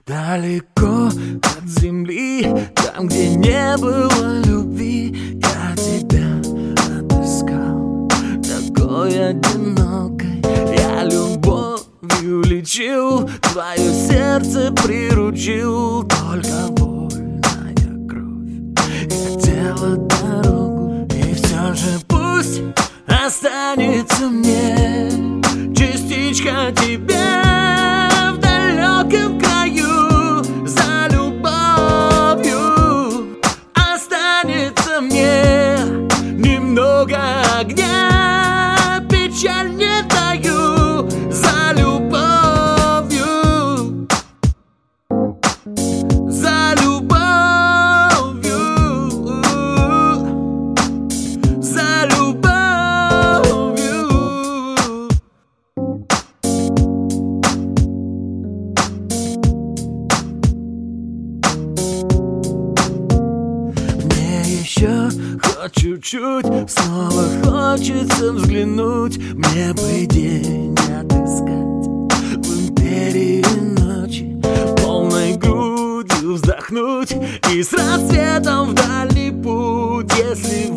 Далеко от земли, там, где не было любви, я тебя отыскал, такой одинокой. Я любовью лечил, твое сердце приручил, только вольная кровь хотела дорогу. И все же пусть останется мне частичка тебя в далеком краю. За любовью останется мне немного огня, печаль не даю. За любовью, за любовью, за любовью. Мне еще хоть чуть-чуть, снова хочется взглянуть. Мне бы день отыскать в империи ночи, полной грудью вздохнуть и с рассветом в дальний путь. Если